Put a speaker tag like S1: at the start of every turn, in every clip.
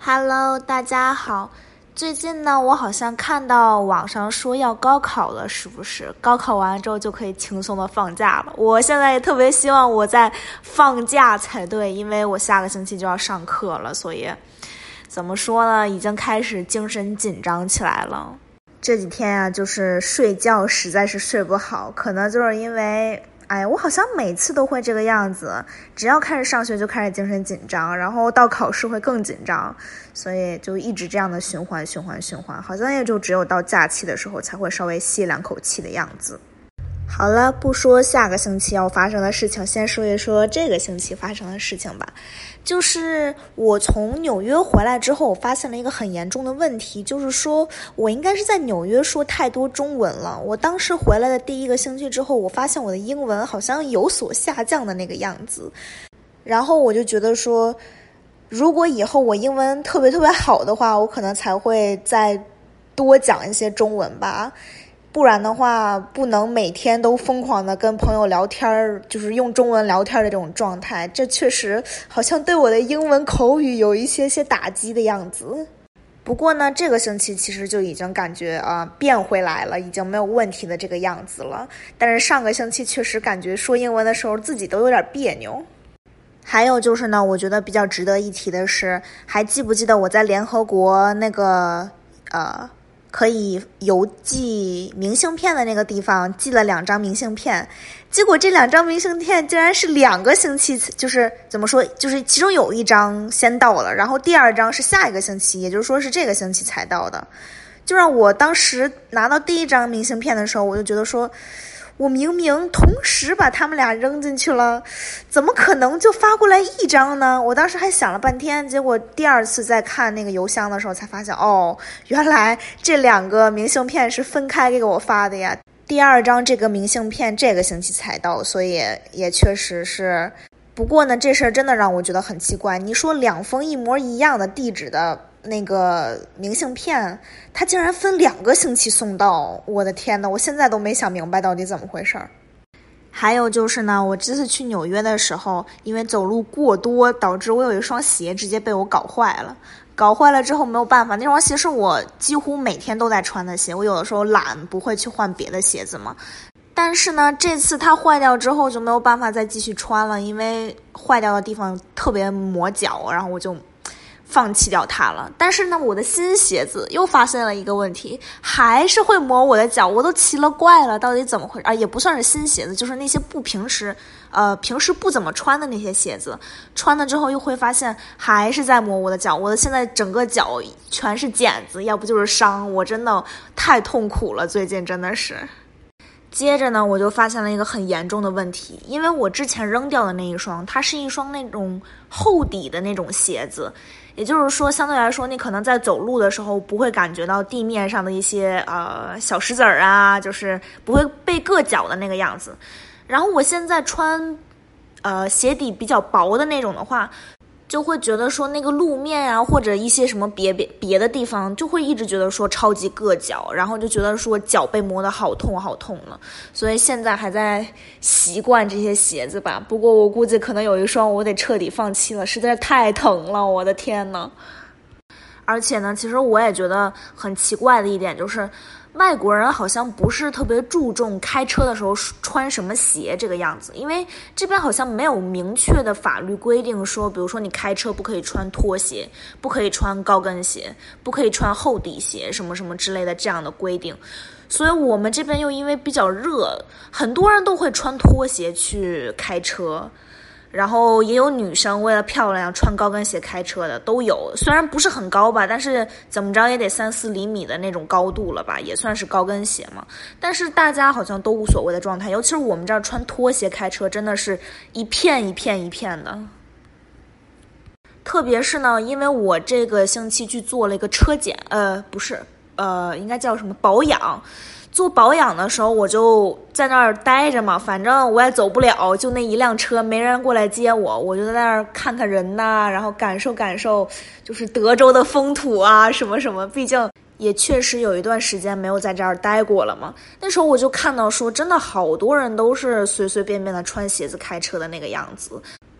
S1: Hello，大家好。最近呢，我好像看到网上说要高考了，是不是？高考完之后就可以轻松的放假了。我现在也特别希望我在放假才对，因为我下个星期就要上课了，所以怎么说呢，已经开始精神紧张起来了。这几天啊，就是睡觉实在是睡不好，可能就是因为我好像每次都会这个样子，只要开始上学就开始精神紧张，然后到考试会更紧张，所以就一直这样的循环，好像也就只有到假期的时候才会稍微吸两口气的样子。好了，不说下个星期要发生的事情，先说一说这个星期发生的事情吧。就是我从纽约回来之后，我发现了一个很严重的问题，就是说我应该是在纽约说太多中文了。我当时回来的第一个星期之后，我发现我的英文好像有所下降的那个样子，然后我就觉得说，如果以后我英文特别好的话，我可能才会再多讲一些中文吧。不然的话，不能每天都疯狂的跟朋友聊天，就是用中文聊天的这种状态，这确实好像对我的英文口语有一些打击的样子。不过呢，这个星期其实就已经感觉变回来了，已经没有问题的这个样子了。但是上个星期确实感觉说英文的时候自己都有点别扭。还有就是呢，我觉得比较值得一提的是，还记不记得我在联合国那个可以邮寄明信片的那个地方寄了2张明信片，结果这2张明信片竟然是2个星期，就是怎么说，就是其中有1张先到了，然后第2张是下一个星期，也就是说是这个星期才到的。就让我当时拿到第1张明信片的时候，我就觉得说，我明明同时把他们俩扔进去了，怎么可能就发过来1张呢？我当时还想了半天，结果第2次再看那个邮箱的时候才发现，原来这2个明信片是分开给我发的呀。第2张这个明信片这个星期才到，所以也确实是。不过呢，这事儿真的让我觉得很奇怪。你说2封一模一样的地址的那个明信片，它竟然分2个星期送到，我的天哪，我现在都没想明白到底怎么回事儿。还有就是呢，我这次去纽约的时候，因为走路过多，导致我有一双鞋直接被我搞坏了。搞坏了之后没有办法，那双鞋是我几乎每天都在穿的鞋，我有的时候懒不会去换别的鞋子嘛。但是呢，这次它坏掉之后就没有办法再继续穿了，因为坏掉的地方特别磨脚，然后我就放弃掉它了。但是呢，我的新鞋子又发现了一个问题，还是会磨我的脚，我都奇了怪了，到底怎么回事？也不算是新鞋子，就是那些平时不怎么穿的那些鞋子，穿了之后又会发现还是在磨我的脚，我的现在整个脚全是茧子，要不就是伤，我真的太痛苦了，最近真的是。接着呢，我就发现了一个很严重的问题，因为我之前扔掉的那一双，它是一双那种厚底的那种鞋子，也就是说，相对来说，你可能在走路的时候不会感觉到地面上的一些小石子儿啊，就是不会被硌脚的那个样子。然后我现在穿鞋底比较薄的那种的话，就会觉得说那个路面啊，或者一些什么别的地方，就会一直觉得说超级硌脚，然后就觉得说脚被磨得好痛了，所以现在还在习惯这些鞋子吧。不过我估计可能有一双我得彻底放弃了，实在是太疼了，我的天呐。而且呢，其实我也觉得很奇怪的一点就是，外国人好像不是特别注重开车的时候穿什么鞋这个样子，因为这边好像没有明确的法律规定说，比如说你开车不可以穿拖鞋，不可以穿高跟鞋，不可以穿厚底鞋，什么什么之类的这样的规定。所以我们这边又因为比较热，很多人都会穿拖鞋去开车。然后也有女生为了漂亮穿高跟鞋开车的都有，虽然不是很高吧，但是怎么着也得3-4厘米的那种高度了吧，也算是高跟鞋嘛。但是大家好像都无所谓的状态，尤其是我们这儿穿拖鞋开车真的是一片的。特别是呢，因为我这个星期去做了一个车检，应该叫什么保养。做保养的时候我就在那儿待着嘛，反正我也走不了，就那一辆车没人过来接我，我就在那儿看看人呐，然后感受就是德州的风土啊什么什么，毕竟也确实有一段时间没有在这儿待过了嘛。那时候我就看到说真的好多人都是随随便便的穿鞋子开车的那个样子，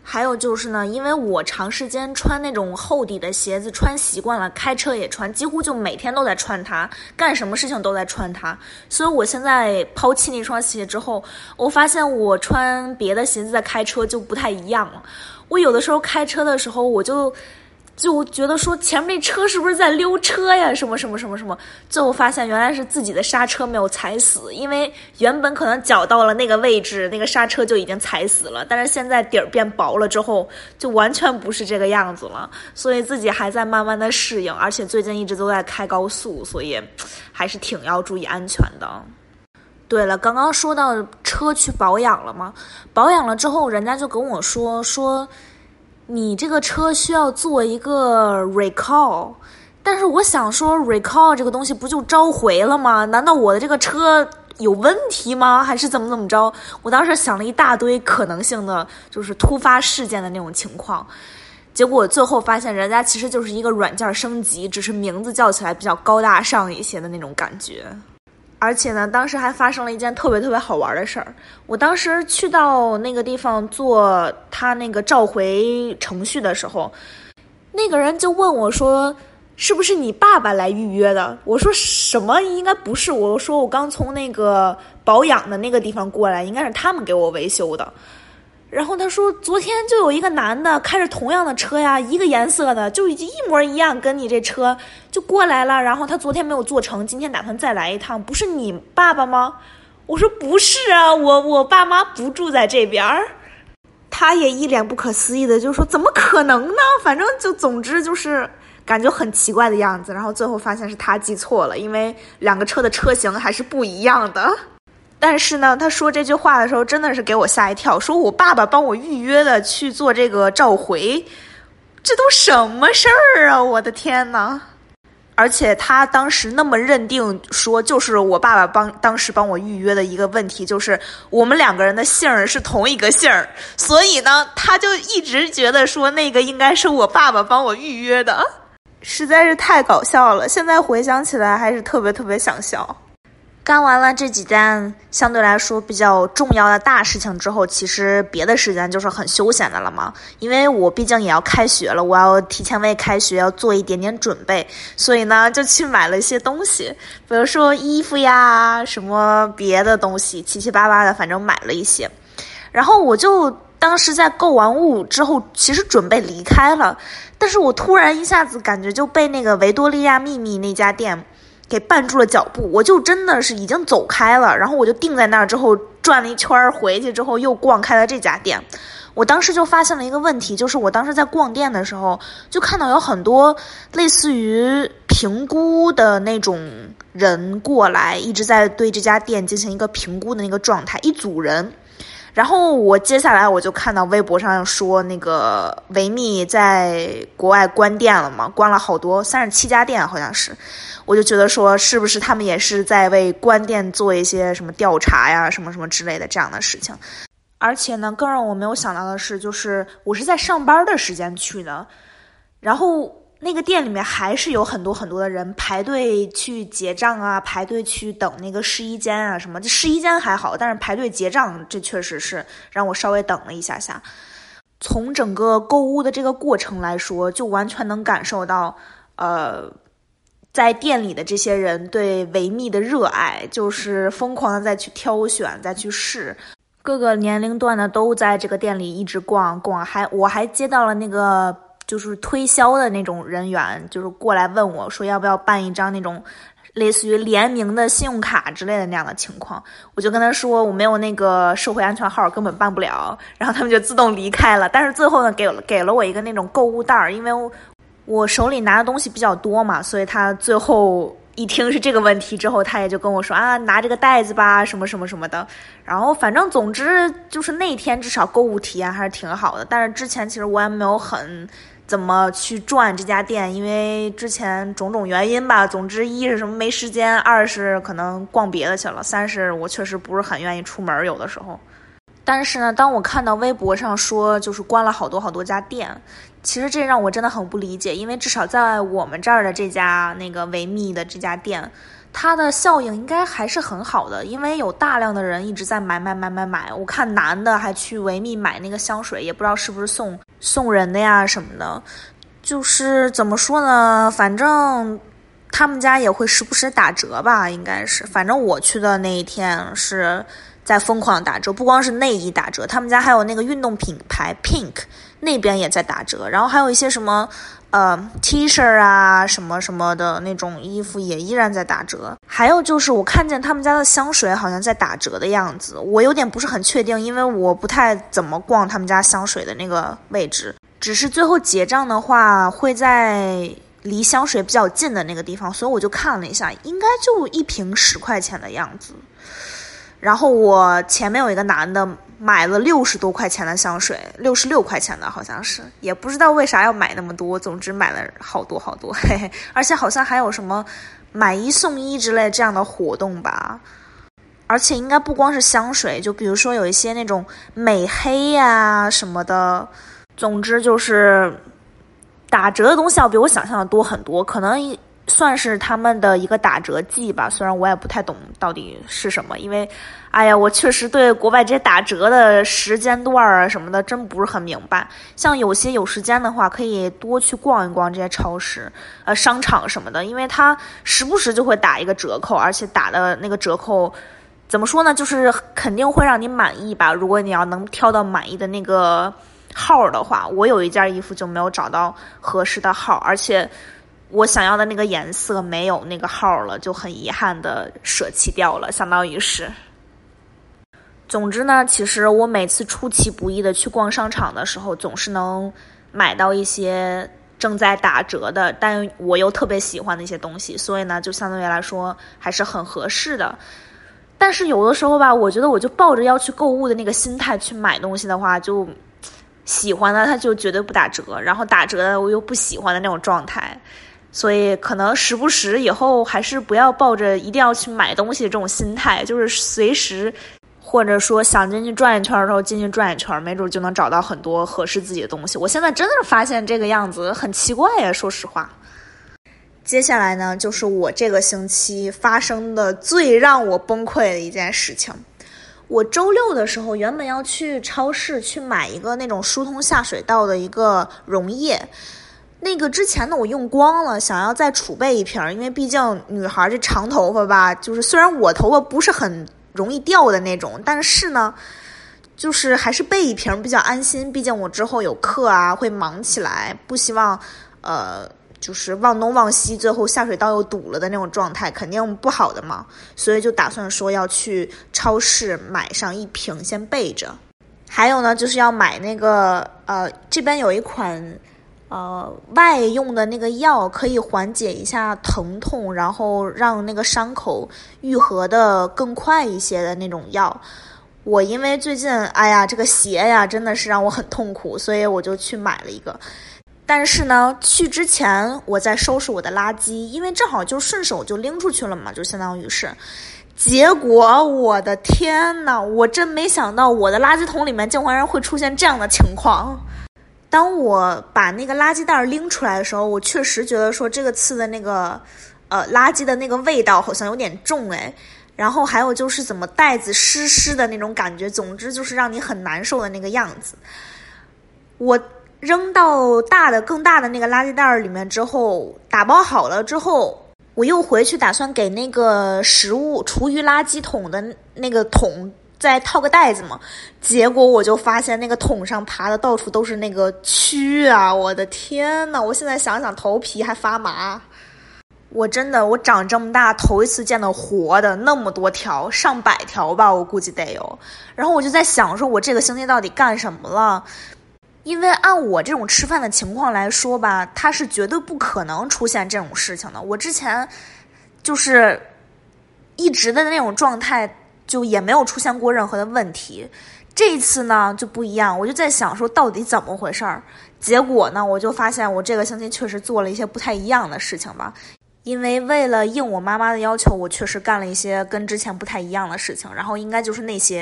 S1: 还有就是呢，因为我长时间穿那种厚底的鞋子穿习惯了，开车也穿，几乎就每天都在穿它，干什么事情都在穿它。所以我现在抛弃那双鞋之后，我发现我穿别的鞋子在开车就不太一样了。我有的时候开车的时候，我就觉得说前面那车是不是在溜车呀，什么什么什么什么，最后发现原来是自己的刹车没有踩死，因为原本可能脚到了那个位置，那个刹车就已经踩死了，但是现在底儿变薄了之后，就完全不是这个样子了，所以自己还在慢慢的适应，而且最近一直都在开高速，所以还是挺要注意安全的。对了，刚刚说到车去保养了嘛，保养了之后，人家就跟我说你这个车需要做一个 recall， 但是我想说 recall 这个东西不就召回了吗？难道我的这个车有问题吗？还是怎么着？我当时想了一大堆可能性的，就是突发事件的那种情况，结果最后发现人家其实就是一个软件升级，只是名字叫起来比较高大上一些的那种感觉。而且呢，当时还发生了一件特别特别好玩的事儿。我当时去到那个地方做他那个召回程序的时候，那个人就问我说：“是不是你爸爸来预约的？”我说：“什么？应该不是。”我说：“我刚从那个保养的那个地方过来，应该是他们给我维修的。”然后他说昨天就有一个男的开着同样的车呀，一个颜色的，就一模一样，跟你这车就过来了，然后他昨天没有做成，今天打算再来一趟，不是你爸爸吗？我说不是啊，我爸妈不住在这边。他也一脸不可思议的就说怎么可能呢，反正就总之就是感觉很奇怪的样子，然后最后发现是他记错了，因为两个车的车型还是不一样的。但是呢，他说这句话的时候真的是给我吓一跳，说我爸爸帮我预约的去做这个召回，这都什么事儿啊，我的天哪。而且他当时那么认定说就是我爸爸当时帮我预约的一个问题，就是我们两个人的姓儿是同一个姓儿，所以呢他就一直觉得说那个应该是我爸爸帮我预约的，实在是太搞笑了，现在回想起来还是特别特别想笑。干完了这几件相对来说比较重要的大事情之后，其实别的时间就是很休闲的了嘛。因为我毕竟也要开学了，我要提前为开学要做一点点准备，所以呢就去买了一些东西，比如说衣服呀，什么别的东西，七七八八的，反正买了一些。然后我就当时在购完物之后，其实准备离开了，但是我突然一下子感觉就被那个维多利亚秘密那家店给绊住了脚步，我就真的是已经走开了，然后我就定在那儿之后转了一圈，回去之后又逛开了这家店。我当时就发现了一个问题，就是我当时在逛店的时候就看到有很多类似于评估的那种人过来，一直在对这家店进行一个评估的那个状态，一组人。然后我接下来我就看到微博上说那个维密在国外关店了嘛，关了好多37家店好像是，我就觉得说是不是他们也是在为关店做一些什么调查呀，什么什么之类的这样的事情。而且呢，更让我没有想到的是，就是我是在上班的时间去的，然后那个店里面还是有很多很多的人排队去结账啊，排队去等那个试衣间啊什么。这试衣间还好，但是排队结账这确实是让我稍微等了一下下。从整个购物的这个过程来说，就完全能感受到在店里的这些人对维密的热爱，就是疯狂的再去挑选，再去试。各个年龄段的都在这个店里一直逛，我还接到了那个就是推销的那种人员，就是过来问我说要不要办一张那种类似于联名的信用卡之类的那样的情况，我就跟他说我没有那个社会安全号，根本办不了，然后他们就自动离开了。但是最后呢，给了我一个那种购物袋，因为我手里拿的东西比较多嘛，所以他最后一听是这个问题之后，他也就跟我说啊，拿这个袋子吧，什么什么什么的。然后反正总之就是那天至少购物体验还是挺好的。但是之前其实我也没有很怎么去转这家店，因为之前种种原因吧。总之一是什么没时间，二是可能逛别的去了，三是我确实不是很愿意出门，有的时候。 但是呢，当我看到微博上说就是关了好多好多家店，其实这让我真的很不理解，因为至少在我们这儿的这家那个维密的这家店，它的效应应该还是很好的，因为有大量的人一直在买。我看男的还去维密买那个香水，也不知道是不是送人的呀什么的。就是怎么说呢，反正他们家也会时不时打折吧，应该是。反正我去的那一天是在疯狂打折，不光是内衣打折，他们家还有那个运动品牌 Pink 那边也在打折，然后还有一些什么T 恤啊什么什么的那种衣服也依然在打折。还有就是我看见他们家的香水好像在打折的样子，我有点不是很确定，因为我不太怎么逛他们家香水的那个位置，只是最后结账的话会在离香水比较近的那个地方，所以我就看了一下，应该就一瓶10块钱的样子。然后我前面有一个男的买了60多块钱的香水，66块钱的好像是，也不知道为啥要买那么多，总之买了好多好多，嘿嘿，而且好像还有什么买1送1之类这样的活动吧。而且应该不光是香水，就比如说有一些那种美黑呀什么的，总之就是打折的东西要比我想象的多很多，可能算是他们的一个打折季吧，虽然我也不太懂到底是什么，因为哎呀，我确实对国外这些打折的时间段啊什么的真不是很明白。像有些有时间的话可以多去逛一逛这些超市商场什么的，因为它时不时就会打一个折扣，而且打的那个折扣怎么说呢，就是肯定会让你满意吧，如果你要能挑到满意的那个号的话。我有一件衣服就没有找到合适的号，而且我想要的那个颜色没有那个号了，就很遗憾的舍弃掉了，相当于是。总之呢，其实我每次出其不意的去逛商场的时候，总是能买到一些正在打折的，但我又特别喜欢的一些东西，所以呢，就相对于来说还是很合适的。但是有的时候吧，我觉得我就抱着要去购物的那个心态去买东西的话，就喜欢的它就绝对不打折，然后打折的我又不喜欢的那种状态。所以可能时不时以后还是不要抱着一定要去买东西的这种心态，就是随时或者说想进去转一圈的时候进去转一圈，没准就能找到很多合适自己的东西。我现在真的是发现这个样子很奇怪呀，说实话。接下来呢，就是我这个星期发生的最让我崩溃的一件事情。我周六的时候原本要去超市去买一个那种疏通下水道的一个溶液，那个之前呢我用光了，想要再储备一瓶，因为毕竟女孩这长头发吧，就是虽然我头发不是很容易掉的那种，但是呢就是还是备一瓶比较安心，毕竟我之后有课啊会忙起来，不希望就是忘东忘西，最后下水道又堵了的那种状态，肯定不好的嘛。所以就打算说要去超市买上一瓶先备着。还有呢，就是要买那个这边有一款外用的那个药，可以缓解一下疼痛，然后让那个伤口愈合的更快一些的那种药。我因为最近哎呀这个鞋呀真的是让我很痛苦，所以我就去买了一个。但是呢，去之前我在收拾我的垃圾，因为正好就顺手就拎出去了嘛，就相当于是。结果我的天哪，我真没想到我的垃圾桶里面竟然会出现这样的情况。当我把那个垃圾袋拎出来的时候，我确实觉得说这个次的那个垃圾的那个味道好像有点重哎。然后还有就是怎么袋子湿湿的那种感觉，总之就是让你很难受的那个样子。我扔到更大的那个垃圾袋里面之后，打包好了之后，我又回去打算给那个食物厨余垃圾桶的那个桶再套个袋子嘛，结果我就发现那个桶上爬的到处都是那个蛆啊，我的天哪，我现在想想头皮还发麻。我长这么大头一次见到活的那么多条，上百条吧，我估计得有。然后我就在想说我这个星期到底干什么了，因为按我这种吃饭的情况来说吧，它是绝对不可能出现这种事情的。我之前就是一直的那种状态，就也没有出现过任何的问题。这一次呢就不一样，我就在想说到底怎么回事儿。结果呢，我就发现我这个星期确实做了一些不太一样的事情吧。因为为了应我妈妈的要求，我确实干了一些跟之前不太一样的事情，然后应该就是那些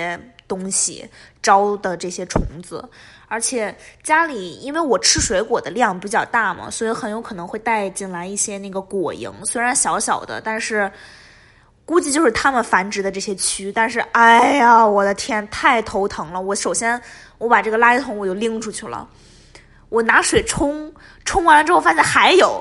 S1: 东西招的这些虫子。而且家里因为我吃水果的量比较大嘛，所以很有可能会带进来一些那个果蝇，虽然小小的，但是估计就是它们繁殖的这些蛆。但是哎呀，我的天，太头疼了。首先我把这个垃圾桶我就拎出去了，我拿水冲完了之后发现还有，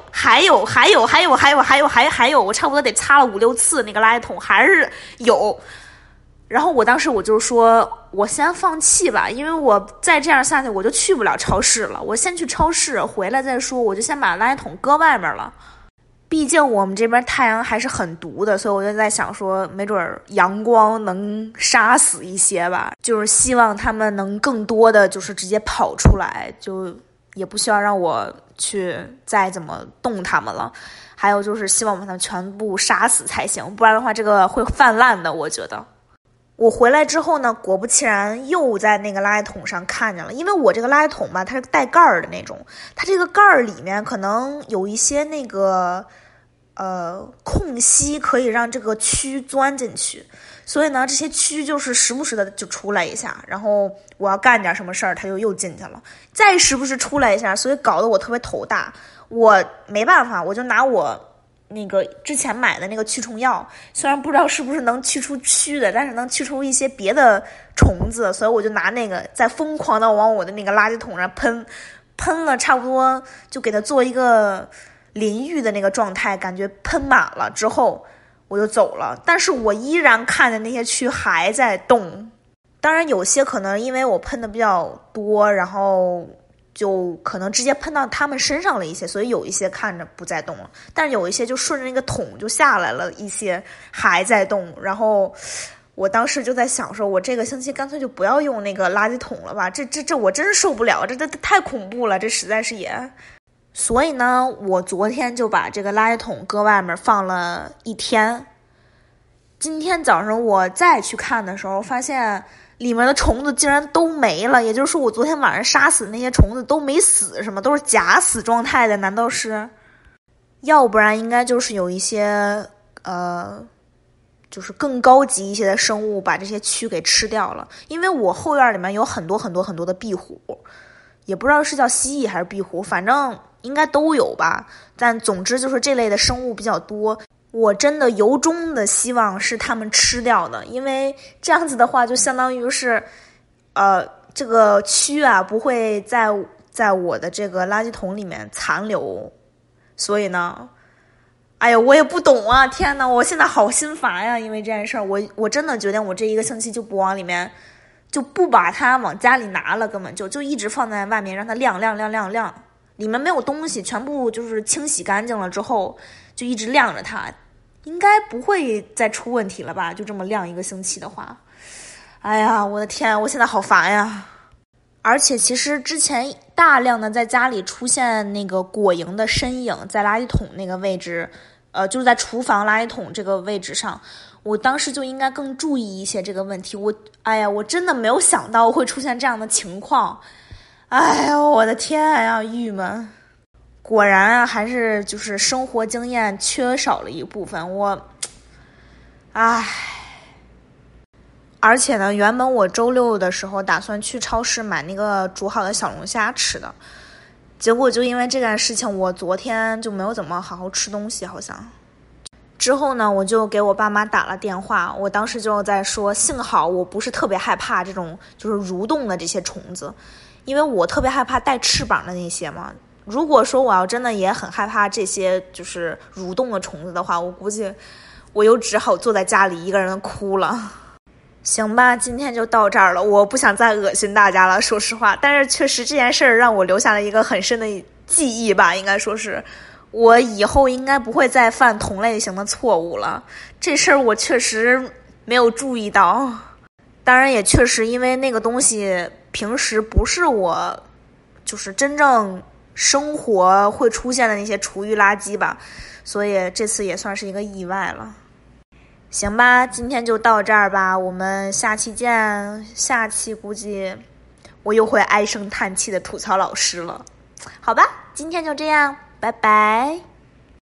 S1: 我差不多得擦了5-6次，那个垃圾桶还是有。然后我当时我就说我先放弃吧，因为我再这样下去我就去不了超市了，我先去超市回来再说，我就先把垃圾桶搁外面了。毕竟我们这边太阳还是很毒的，所以我就在想说没准阳光能杀死一些吧，就是希望他们能更多的就是直接跑出来，就也不需要让我去再怎么动他们了。还有就是希望把他们全部杀死才行，不然的话这个会泛滥的。我觉得我回来之后呢，果不其然又在那个垃圾桶上看见了，因为我这个垃圾桶吧，它是带盖儿的那种，它这个盖儿里面可能有一些那个空隙可以让这个蛆钻进去，所以呢这些蛆就是时不时的就出来一下，然后我要干点什么事儿它就又进去了，再时不时出来一下，所以搞得我特别头大。我没办法，我就拿我那个之前买的那个驱虫药，虽然不知道是不是能驱除蛆的，但是能驱除一些别的虫子，所以我就拿那个再疯狂的往我的那个垃圾桶上喷了差不多就给它做一个淋浴的那个状态，感觉喷满了之后我就走了。但是我依然看见那些蛆还在动，当然有些可能因为我喷的比较多，然后就可能直接喷到他们身上了一些，所以有一些看着不再动了，但是有一些就顺着那个桶就下来了，一些还在动。然后我当时就在想说，我这个星期干脆就不要用那个垃圾桶了吧，这我真是受不了，这太恐怖了，这实在是也。所以呢，我昨天就把这个垃圾桶搁外面放了1天。今天早上我再去看的时候，发现里面的虫子竟然都没了，也就是说我昨天晚上杀死那些虫子都没死，什么都是假死状态的，难道是？要不然应该就是有一些就是更高级一些的生物把这些蛆给吃掉了。因为我后院里面有很多的壁虎，也不知道是叫蜥蜴还是壁虎，反正应该都有吧，但总之就是这类的生物比较多。我真的由衷的希望是他们吃掉的，因为这样子的话就相当于是这个蛆啊不会在我的这个垃圾桶里面残留。所以呢，哎呀，我也不懂啊，天哪，我现在好心烦呀。因为这件事儿，我真的决定我这1个星期就不往里面，就不把它往家里拿了，根本就一直放在外面让它晾，里面没有东西，全部就是清洗干净了之后就一直晾着它，应该不会再出问题了吧，就这么晾1个星期的话。哎呀，我的天，我现在好烦呀。而且其实之前大量的在家里出现那个果蝇的身影，在垃圾桶那个位置，就是在厨房垃圾桶这个位置上，我当时就应该更注意一些这个问题。我真的没有想到会出现这样的情况。哎呀，我的天呀，郁闷。果然啊，还是就是生活经验缺少了一部分。而且呢，原本我周6的时候打算去超市买那个煮好的小龙虾吃的，结果就因为这件事情，我昨天就没有怎么好好吃东西，好像。之后呢，我就给我爸妈打了电话，我当时就在说，幸好我不是特别害怕这种就是蠕动的这些虫子，因为我特别害怕带翅膀的那些嘛。如果说我要真的也很害怕这些就是蠕动的虫子的话，我估计我又只好坐在家里一个人哭了。行吧，今天就到这儿了，我不想再恶心大家了，说实话。但是确实这件事儿让我留下了一个很深的记忆吧，应该说是我以后应该不会再犯同类型的错误了。这事儿我确实没有注意到，当然也确实因为那个东西平时不是我就是真正生活会出现的那些厨余垃圾吧，所以这次也算是一个意外了。行吧，今天就到这儿吧，我们下期见。下期估计我又会唉声叹气的吐槽老师了。好吧，今天就这样，拜拜。